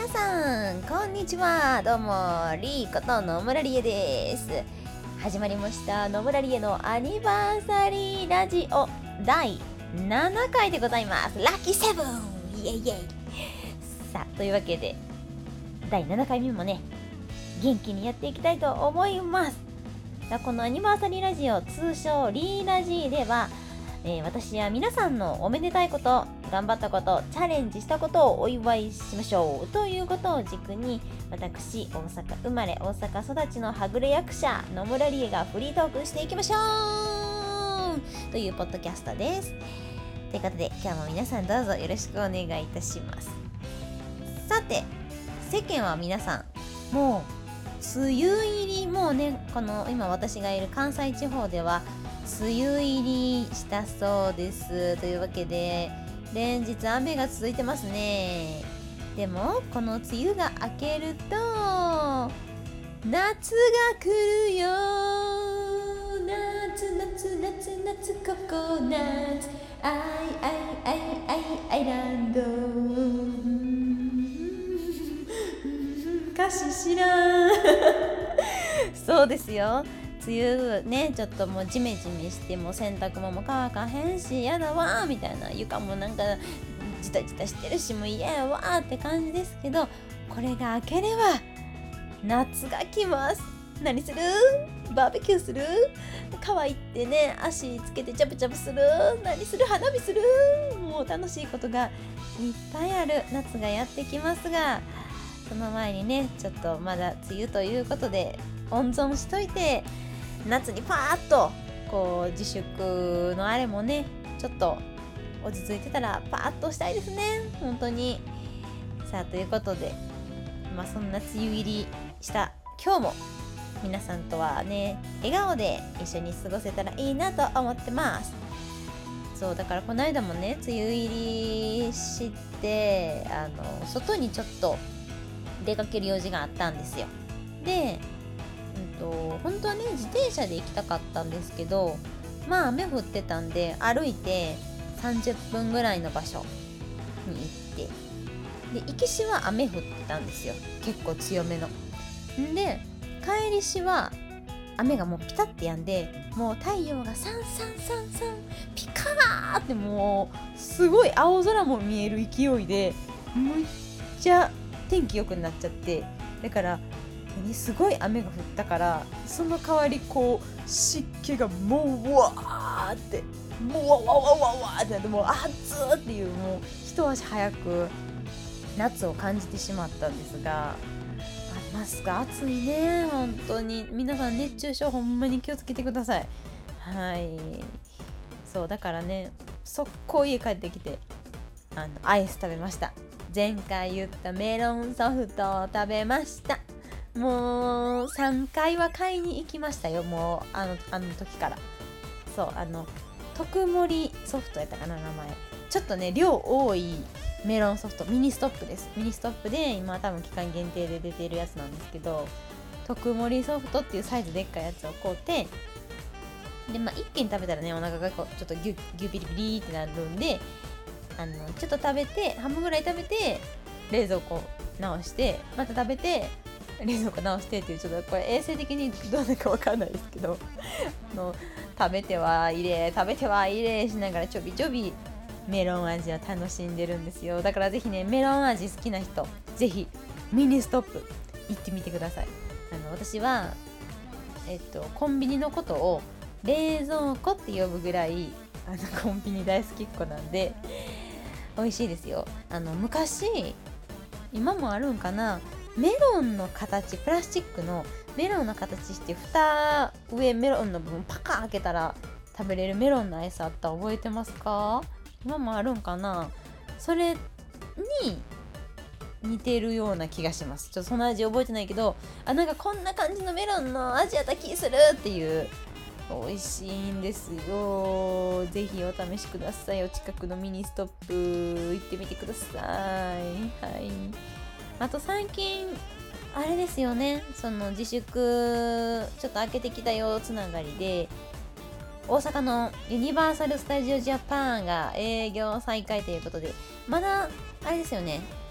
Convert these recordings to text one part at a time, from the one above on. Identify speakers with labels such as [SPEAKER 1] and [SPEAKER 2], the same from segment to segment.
[SPEAKER 1] 皆さんこんにちは。どうもリーこと野村理恵です。始まりました野村理恵のアニバーサリーラジオ第7回でございます。ラッキーセブンイエイイエイ。さあというわけで第7回目もね元気にやっていきたいと思います。このアニバーサリーラジオ通称リーラジーでは、私や皆さんのおめでたいこと、頑張ったこと、チャレンジしたことをお祝いしましょうということを軸に、私大阪生まれ大阪育ちのはぐれ役者野村理恵がフリートークしていきましょうというポッドキャストです。ということで今日も皆さんどうぞよろしくお願いいたします。さて世間は皆さんもう梅雨入り、もうねこの今私がいる関西地方では梅雨入りしたそうです。というわけで連日雨が続いてますね。でもこの梅雨が明けると夏が来るよ。夏ココナッツアイランド。歌詞知らんそうですよ。梅雨ね、ちょっともうジメジメしても洗濯物も乾かへんしやだわみたいな、床もなんかジタジタしてるしもう嫌やわって感じですけど、これが明ければ夏が来ます。何する？バーベキューする？川行ってね足つけてジャブジャブする？何する？花火する？もう楽しいことがいっぱいある夏がやってきますが、その前にねちょっとまだ梅雨ということで温存しといて、夏にパーッとこう自粛のあれもねちょっと落ち着いてたらパーッとしたいですね本当に。さあということで、そんな梅雨入りした今日も皆さんとはね笑顔で一緒に過ごせたらいいなと思ってます。そうだからこの間もね梅雨入りして外にちょっと出かける用事があったんですよ。で本当はね自転車で行きたかったんですけど、雨降ってたんで歩いて30分ぐらいの場所に行って、で行きしは雨降ってたんですよ、結構強めの。で帰りしは雨がもうピタッて止んで、もう太陽がサンサンサンサンピカーってもうすごい青空も見える勢いでむっちゃ天気良くなっちゃって、だからすごい雨が降ったから、その代わりこう湿気がもうわーってもうわわわわわってなって、もう暑ーっていう、もう一足早く夏を感じてしまったんですが、ありますが暑いね本当に。皆さん熱中症ほんまに気をつけてください。はい、そうだからね速攻家帰ってきてアイス食べました。前回言ったメロンソフトを食べました。もう3回は買いに行きましたよ。もうあの時から。そう特盛ソフトやったかな名前。ちょっとね量多いメロンソフト、ミニストップです。ミニストップで今多分期間限定で出ているやつなんですけど、特盛ソフトっていうサイズでっかいやつを買うて、で一気に食べたらねお腹がこうちょっとギュピリピリってなるんで、ちょっと食べて半分ぐらい食べて冷蔵庫直してまた食べて冷蔵庫直してっていう、ちょっとこれ衛生的にどうなるかわかんないですけど食べては入れしながらちょびちょびメロン味を楽しんでるんですよ。だからぜひねメロン味好きな人ぜひミニストップ行ってみてください。私はコンビニのことを冷蔵庫って呼ぶぐらいコンビニ大好きっ子なんで美味しいですよ。昔今もあるんかな、メロンの形、プラスチックのメロンの形して蓋上メロンの部分パカー開けたら食べれるメロンのアイスあった、覚えてますか？今もあるんかな。それに似てるような気がします。ちょっとその味覚えてないけど、なんかこんな感じのメロンの味やった気するっていう、美味しいんですよ。ぜひお試しください。お近くのミニストップ行ってみてください。はい。あと最近あれですよね、その自粛ちょっと開けてきたよつながりで大阪のユニバーサル・スタジオ・ジャパンが営業再開ということで、まだあれですよね、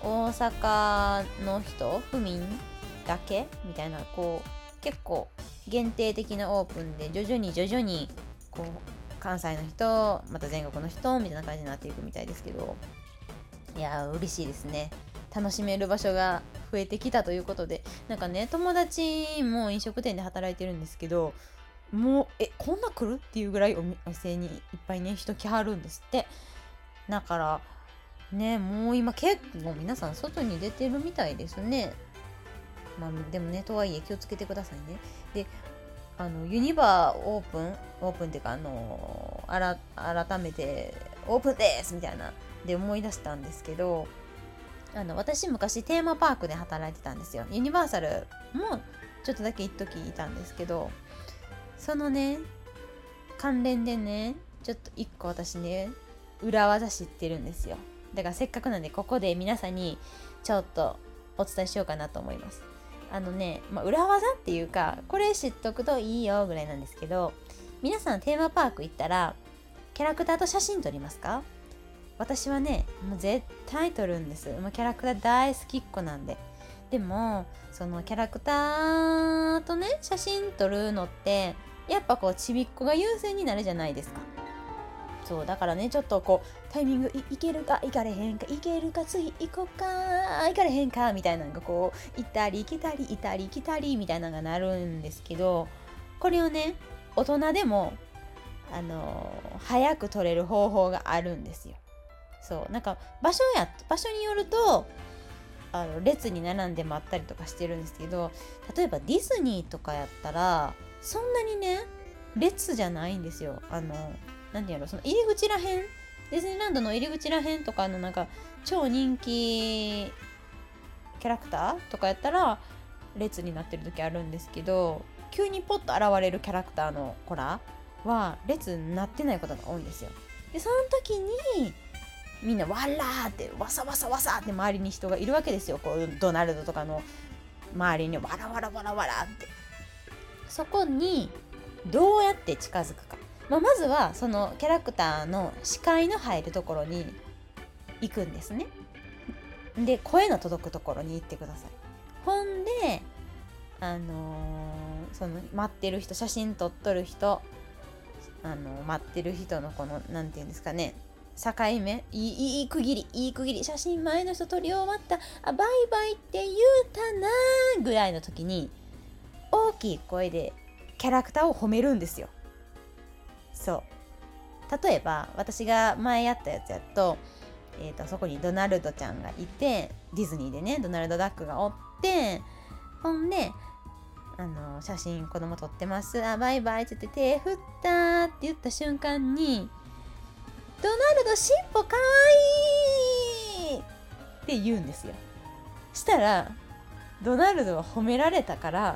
[SPEAKER 1] 大阪の人府民だけみたいな、こう結構限定的なオープンで徐々にこう関西の人また全国の人みたいな感じになっていくみたいですけど、いや嬉しいですね。楽しめる場所が増えてきたということで、なんかね友達も飲食店で働いてるんですけど、もうこんな来るっていうぐらいお店にいっぱいね人来はるんですって。だからね、もう今結構皆さん外に出てるみたいですね。まあでもね、とはいえ気をつけてくださいね。で、ユニバーオープンっていうか改めてオープンですみたいなで思い出したんですけど、私昔テーマパークで働いてたんですよ。ユニバーサルもちょっとだけ一時いたんですけど、そのね関連でねちょっと一個私ね裏技知ってるんですよ。だからせっかくなんでここで皆さんにちょっとお伝えしようかなと思います。裏技っていうかこれ知っとくといいよぐらいなんですけど、皆さんテーマパーク行ったらキャラクターと写真撮りますか？私はねもう絶対撮るんです。もうキャラクター大好きっ子なんで。でもそのキャラクターとね写真撮るのってやっぱこうちびっこが優先になるじゃないですか。そうだからねちょっとこうタイミングいけるかいかれへんか、いけるか次行こっかいかれへんかみたいなのがこう行ったり来たり行ったり来たりみたいなのがなるんですけど、これをね大人でも早く撮れる方法があるんですよ。そうなんか場所によると列に並んで待ったりとかしてるんですけど、例えばディズニーとかやったらそんなにね列じゃないんですよ。なんていうの、その入り口らへん、ディズニーランドの入り口らへんとかなんか超人気キャラクターとかやったら列になってる時あるんですけど、急にポッと現れるキャラクターの子らは列になってないことが多いんですよ。でその時にみんなわらーってわさわさわさって周りに人がいるわけですよ。こうドナルドとかの周りにわらわらわらわらって、そこにどうやって近づくか、まずはそのキャラクターの視界の入るところに行くんですね。で声の届くところに行ってください。ほんでその待ってる人、写真撮っとる人、待ってる人のこのなんていうんですかね、境目、いい区切り、写真前の人撮り終わった、バイバイって言うたなぐらいの時に大きい声でキャラクターを褒めるんですよ。そう例えば私が前やったやつやと、そこにドナルドちゃんがいて、ディズニーでねドナルドダックがおって、ほんで写真子供撮ってます、バイバイって言って手振ったって言った瞬間に、ドナルド尻尾かわいいって言うんですよ。したらドナルドは褒められたから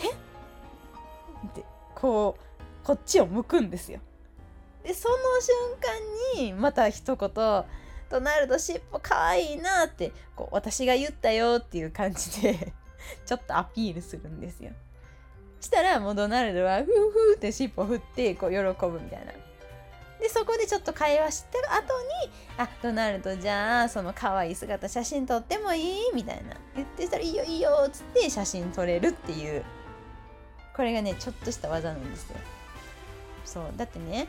[SPEAKER 1] ってこっちを向くんですよ。でその瞬間にまた一言、ドナルド尻尾かわいいなってこう私が言ったよっていう感じでちょっとアピールするんですよ。したらもうドナルドはフーフーって尻尾振ってこう喜ぶみたいな。でそこでちょっと会話してる後に、ドナルドじゃあその可愛い姿写真撮ってもいいみたいな言ってたら、いいよいいよっつって写真撮れるっていう、これがねちょっとした技なんですよ。そうだってね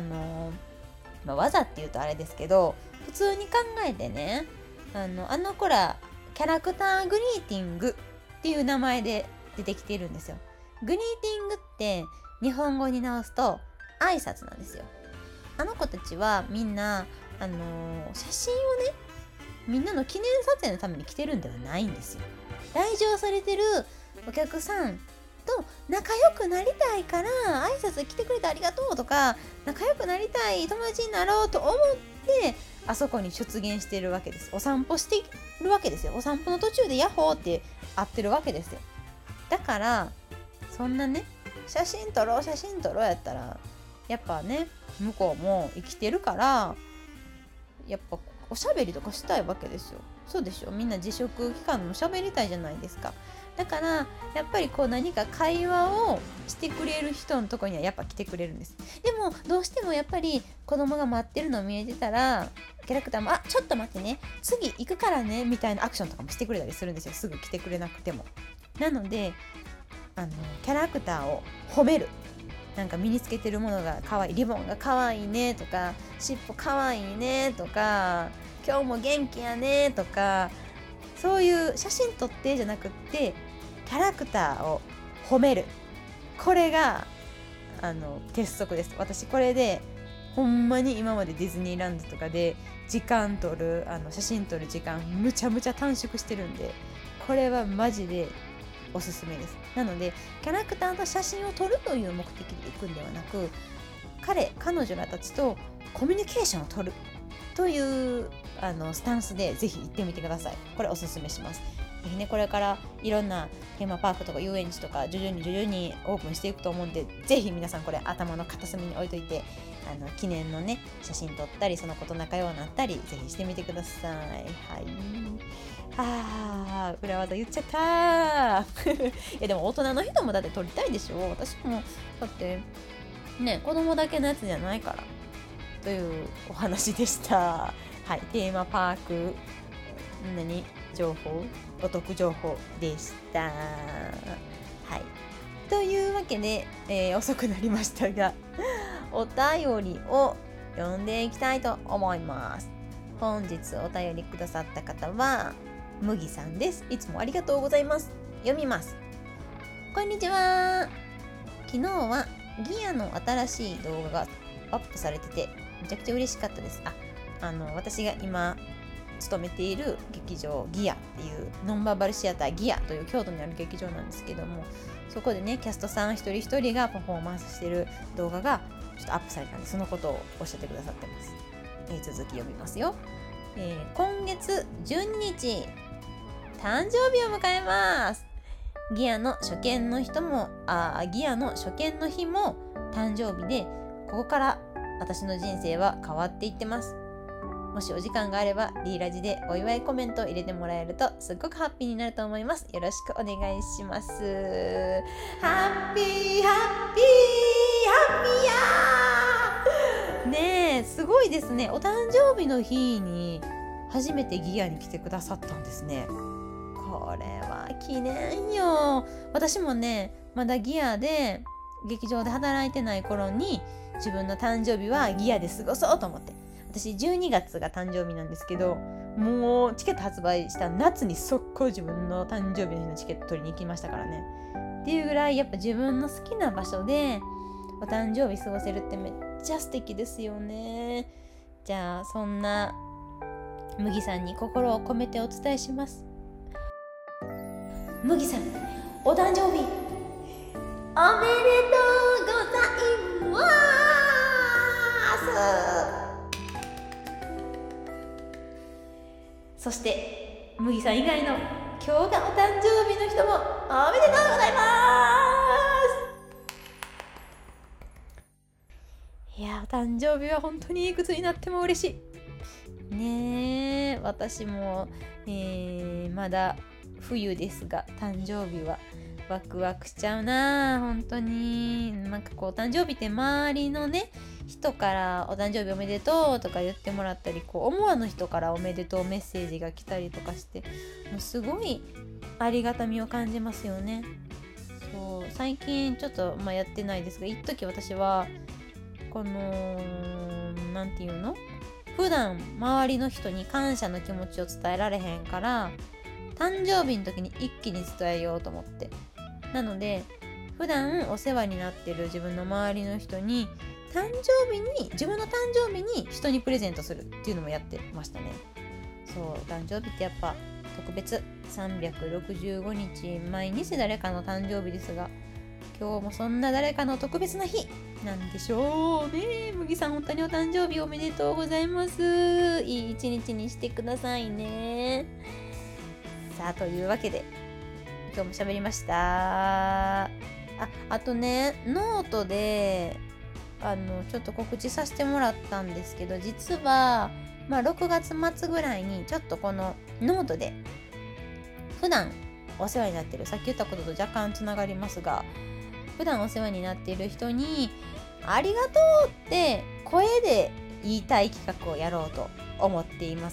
[SPEAKER 1] 技っていうとあれですけど、普通に考えてねあの子らキャラクターグリーティングっていう名前で出てきてるんですよ。グリーティングって日本語に直すと挨拶なんですよ。あの子たちはみんな写真をねみんなの記念撮影のために来てるんではないんですよ。来場されてるお客さんと仲良くなりたいから挨拶来てくれてありがとうとか、仲良くなりたい友達になろうと思ってあそこに出現してるわけです。お散歩してるわけですよ。お散歩の途中でヤッホーって会ってるわけですよ。だからそんなね写真撮ろうやったらやっぱね向こうも生きてるからやっぱおしゃべりとかしたいわけですよ。そうでしょ、みんな自粛期間もしゃべりたいじゃないですか。 だからやっぱりこう何か会話をしてくれる人のところにはやっぱ来てくれるんです。でもどうしてもやっぱり子供が待ってるの見えてたらキャラクターもちょっと待ってね次行くからねみたいなアクションとかもしてくれたりするんですよ。すぐ来てくれなくても。なのでキャラクターを褒める、なんか身につけてるものが可愛い、リボンが可愛いねとか、尻尾可愛いねとか、今日も元気やねとか、そういう写真撮ってじゃなくってキャラクターを褒める、これが鉄則です。私これでほんまに今までディズニーランドとかで時間撮る写真撮る時間むちゃむちゃ短縮してるんで、これはマジでおすすめです。なのでキャラクターと写真を撮るという目的で行くんではなく、彼女らたちとコミュニケーションを取るというスタンスでぜひ行ってみてください。これおすすめします。ぜひね、これからいろんなテーマパークとか遊園地とか徐々にオープンしていくと思うんで、ぜひ皆さんこれ頭の片隅に置いといて記念のね写真撮ったり、その子と仲良くなったりぜひしてみてください。はい、裏技言っちゃったでも大人の人もだって撮りたいでしょ。私もだってね子供だけのやつじゃないからというお話でした。はい、テーマパーク情報、お得情報でした。はい、というわけで、遅くなりましたがお便りを読んでいきたいと思います。本日お便りくださった方は麦さんです。いつもありがとうございます。読みます。こんにちは。昨日はギアの新しい動画がアップされててめちゃくちゃ嬉しかったです。私が今勤めている劇場ギアっていうノンバーバルシアターギアという京都にある劇場なんですけども、そこでねキャストさん一人一人がパフォーマンスしてる動画がちょっとアップされたんで、そのことをおっしゃってくださってます。続き読みますよ。今月12日誕生日を迎えます。ギアの初見の日も誕生日で、ここから私の人生は変わっていってます。もしお時間があればリーラジでお祝いコメントを入れてもらえるとすっごくハッピーになると思います。よろしくお願いします。ハッピーやーねえ、すごいですね。お誕生日の日に初めてギアに来てくださったんですね。これは記念よ。私もねまだギアで劇場で働いてない頃に自分の誕生日はギアで過ごそうと思って、私12月が誕生日なんですけど、もうチケット発売した夏に速攻自分の誕生日の日のチケット取りに行きましたからね。っていうぐらいやっぱ自分の好きな場所でお誕生日過ごせるってめっちゃ素敵ですよね。じゃあそんな麦さんに心を込めてお伝えします。麦さんお誕生日おめでとうございます。そして麦さん以外の今日がお誕生日の人もおめでとうございます。いやお誕生日は本当にいくつになっても嬉しいね。私も、まだ冬ですが誕生日はワクワクしちゃうな。本当になんかこうお誕生日って周りのね人からお誕生日おめでとうとか言ってもらったり、こう思わぬ人からおめでとうメッセージが来たりとかして、もうすごいありがたみを感じますよね。そう最近ちょっとやってないですが、一時私はこのなんていうの、普段周りの人に感謝の気持ちを伝えられへんから、誕生日の時に一気に伝えようと思って、なので普段お世話になってる自分の周りの人に自分の誕生日に人にプレゼントするっていうのもやってましたね。そう誕生日ってやっぱ特別、365日毎日誰かの誕生日ですが、今日もそんな誰かの特別な日なんでしょうね。麦さん本当にお誕生日おめでとうございます。いい一日にしてくださいね。さあというわけで今日も喋りました。あとねノートでちょっと告知させてもらったんですけど、実は6月末ぐらいにちょっとこのノートで普段お世話になっている、さっき言ったことと若干つながりますが、普段お世話になっている人にありがとうって声で言いたい企画をやろうと思っています。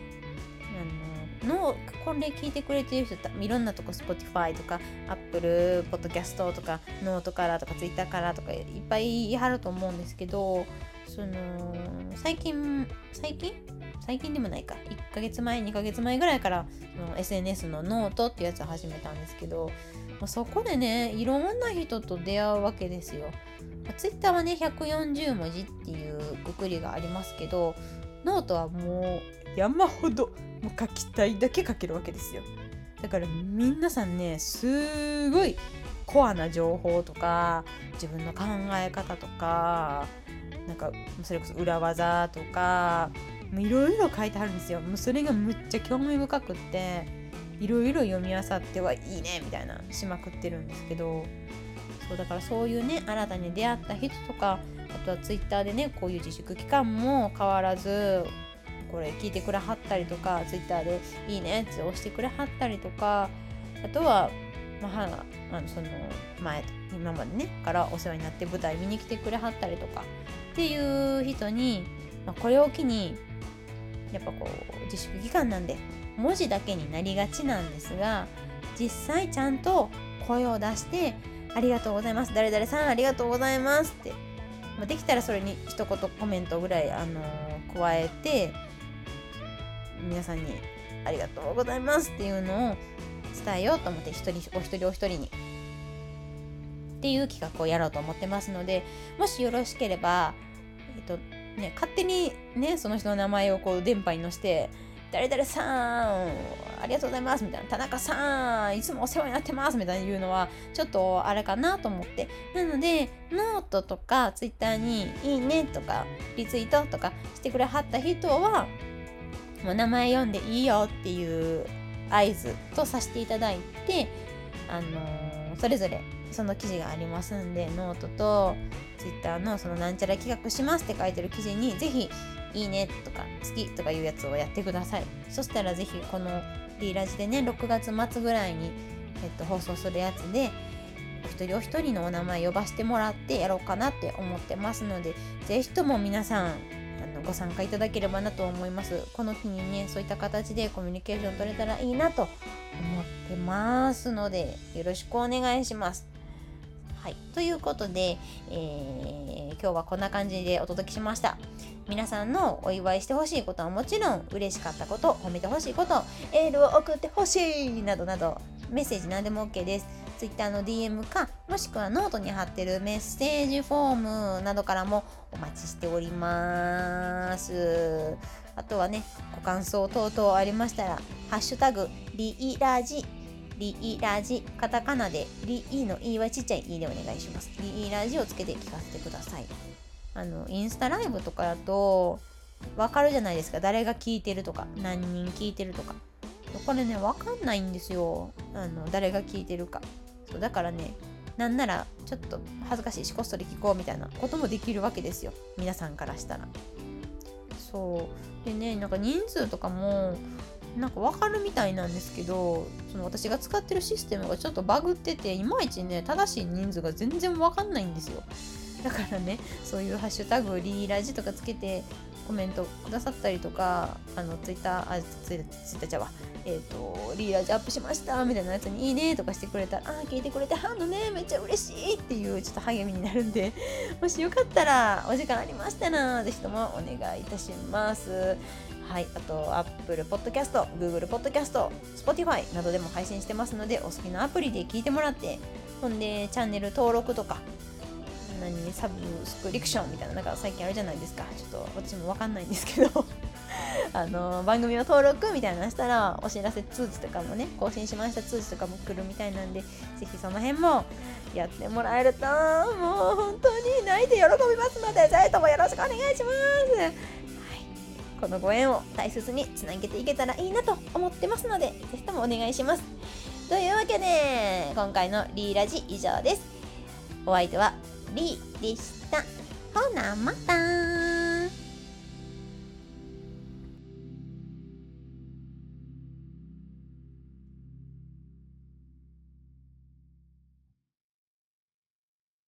[SPEAKER 1] これ聞いてくれてる人いろんなとこ Spotify とか Apple Podcast とかノートからとか Twitter からとかいっぱい言い張ると思うんですけど、最近でもないか、1ヶ月前2ヶ月前ぐらいからSNS のノートっていうやつを始めたんですけど、そこでねいろんな人と出会うわけですよ。Twitter はね140文字っていうくくりがありますけど、ノートはもう山ほどもう書きたいだけ書けるわけですよ。だから皆さんねすごいコアな情報とか自分の考え方とかなんかそれこそ裏技とかいろいろ書いてあるんですよ。もうそれがむっちゃ興味深くっていろいろ読み漁ってはいいねみたいなしまくってるんですけど、そうだからそういうね新たに出会った人とか、あとはツイッターでねこういう自粛期間も変わらずこれ聞いてくれはったりとか、ツイッターでいいねって押してくれはったりとか、あとはその今までねからお世話になって舞台見に来てくれはったりとかっていう人に、これを機にやっぱこう自粛期間なんで文字だけになりがちなんですが、実際ちゃんと声を出してありがとうございます、誰々さんありがとうございますって、できたらそれに一言コメントぐらい加えて皆さんにありがとうございますっていうのを伝えようと思って、お一人お一人にっていう企画をやろうと思ってますので、もしよろしければ勝手にねその人の名前をこう電波に乗せて誰々さんありがとうございますみたいな、田中さんいつもお世話になってますみたいな言うのはちょっとあれかなと思って、なのでノートとかツイッターにいいねとかリツイートとかしてくれはった人はもう名前読んでいいよっていう合図とさせていただいて、それぞれその記事がありますんで、ノートとツイッターのそのなんちゃら企画しますって書いてる記事にぜひいいねとか好きとかいうやつをやってください。そしたらぜひこのリーラジでね6月末ぐらいに、放送するやつでお一人お一人のお名前呼ばせてもらってやろうかなって思ってますので、ぜひとも皆さんご参加いただければなと思います。この日にねそういった形でコミュニケーション取れたらいいなと思ってますのでよろしくお願いします。はい、ということで、今日はこんな感じでお届けしました。皆さんのお祝いしてほしいことはもちろん、嬉しかったこと、褒めてほしいこと、エールを送ってほしいなどなどメッセージ何でも OK です。Twitter の DM かもしくはノートに貼ってるメッセージフォームなどからもお待ちしております。あとはねご感想等々ありましたらハッシュタグリラジカタカナでリの E はちっちゃい E でお願いします。リラジをつけて聞かせてください。インスタライブとかだとわかるじゃないですか、誰が聞いてるとか何人聞いてるとか。これねわかんないんですよ、誰が聞いてるか。そうだからね、なんならちょっと恥ずかしいしこっそり聞こうみたいなこともできるわけですよ、皆さんからしたら。そうでね、なんか人数とかもなんか分かるみたいなんですけど、その私が使ってるシステムがちょっとバグってて、いまいちね正しい人数が全然分かんないんですよ。だからね、そういうハッシュタグリーラジとかつけてコメントくださったりとか、ツイッターちゃうわ、リーラジアップしましたみたいなやつにいいねとかしてくれたら、聞いてくれてはんのねめっちゃ嬉しいっていうちょっと励みになるんで、もしよかったらお時間ありましたらぜひともお願いいたします。はい、あと Apple Podcast、Google Podcast、Spotify などでも配信してますので、お好きなアプリで聞いてもらって、ほんでチャンネル登録とかサブスクリプションみたいな、なんか最近あるじゃないですか。ちょっと私も分かんないんですけど番組の登録みたいなのしたらお知らせ通知とかもね、更新しました通知とかも来るみたいなんで、ぜひその辺もやってもらえるともう本当に泣いて喜びますので、ぜひともよろしくお願いします。はい、このご縁を大切につなげていけたらいいなと思ってますので、ぜひともお願いします。というわけで今回のリーラジ以上です。お相手はリーでした。ほなまた。